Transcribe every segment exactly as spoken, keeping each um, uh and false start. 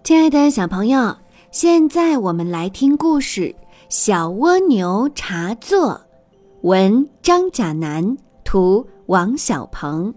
亲爱的小朋友，现在我们来听故事《小蜗牛茶座》，文张甲南，图王小鹏。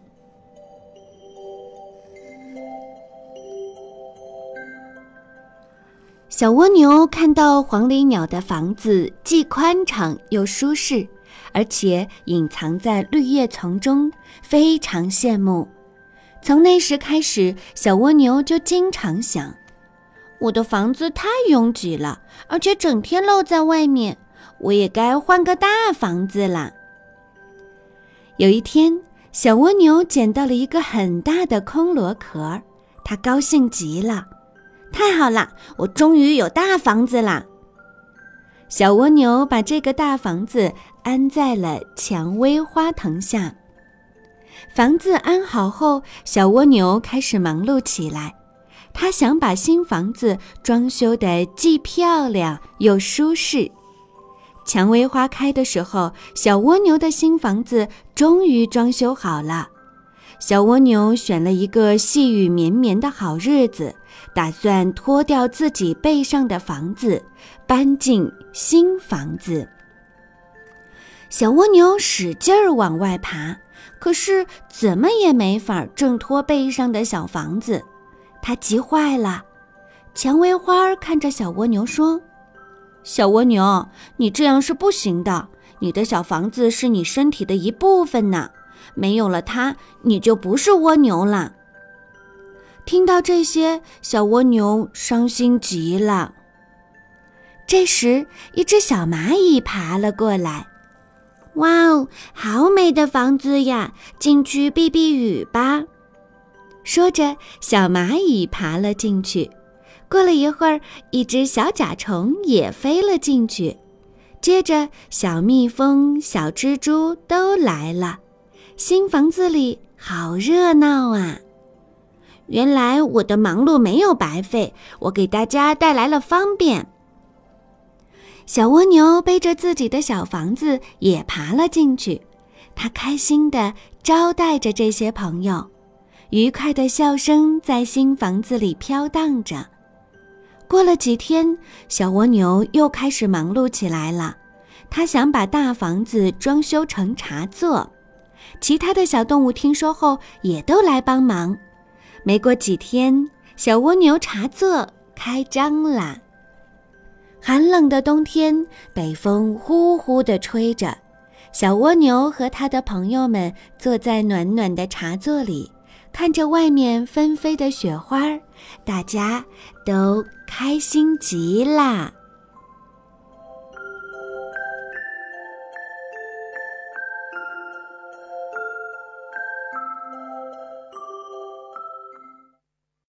小蜗牛看到黄鹂鸟的房子既宽敞又舒适，而且隐藏在绿叶丛中，非常羡慕。从那时开始，小蜗牛就经常想，我的房子太拥挤了，而且整天露在外面，我也该换个大房子了。有一天，小蜗牛捡到了一个很大的空螺壳，它高兴极了。太好了，我终于有大房子啦！小蜗牛把这个大房子安在了蔷薇花藤下。房子安好后，小蜗牛开始忙碌起来。他想把新房子装修得既漂亮又舒适。蔷薇花开的时候，小蜗牛的新房子终于装修好了。小蜗牛选了一个细雨绵绵的好日子，打算脱掉自己背上的房子，搬进新房子。小蜗牛使劲儿往外爬，可是怎么也没法挣脱背上的小房子。他急坏了。蔷薇花看着小蜗牛说，小蜗牛，你这样是不行的，你的小房子是你身体的一部分呢，没有了它，你就不是蜗牛了。听到这些，小蜗牛伤心极了。这时，一只小蚂蚁爬了过来。哇哦，好美的房子呀，进去避避雨吧。说着，小蚂蚁爬了进去。过了一会儿，一只小甲虫也飞了进去。接着，小蜜蜂、小蜘蛛都来了。新房子里好热闹啊！原来我的忙碌没有白费，我给大家带来了方便。小蜗牛背着自己的小房子也爬了进去，它开心地招待着这些朋友。愉快的笑声在新房子里飘荡着。过了几天，小蜗牛又开始忙碌起来了。它想把大房子装修成茶座。其他的小动物听说后也都来帮忙。没过几天，小蜗牛茶座开张了。寒冷的冬天，北风呼呼地吹着，小蜗牛和他的朋友们坐在暖暖的茶座里，看着外面纷飞的雪花，大家都开心极了。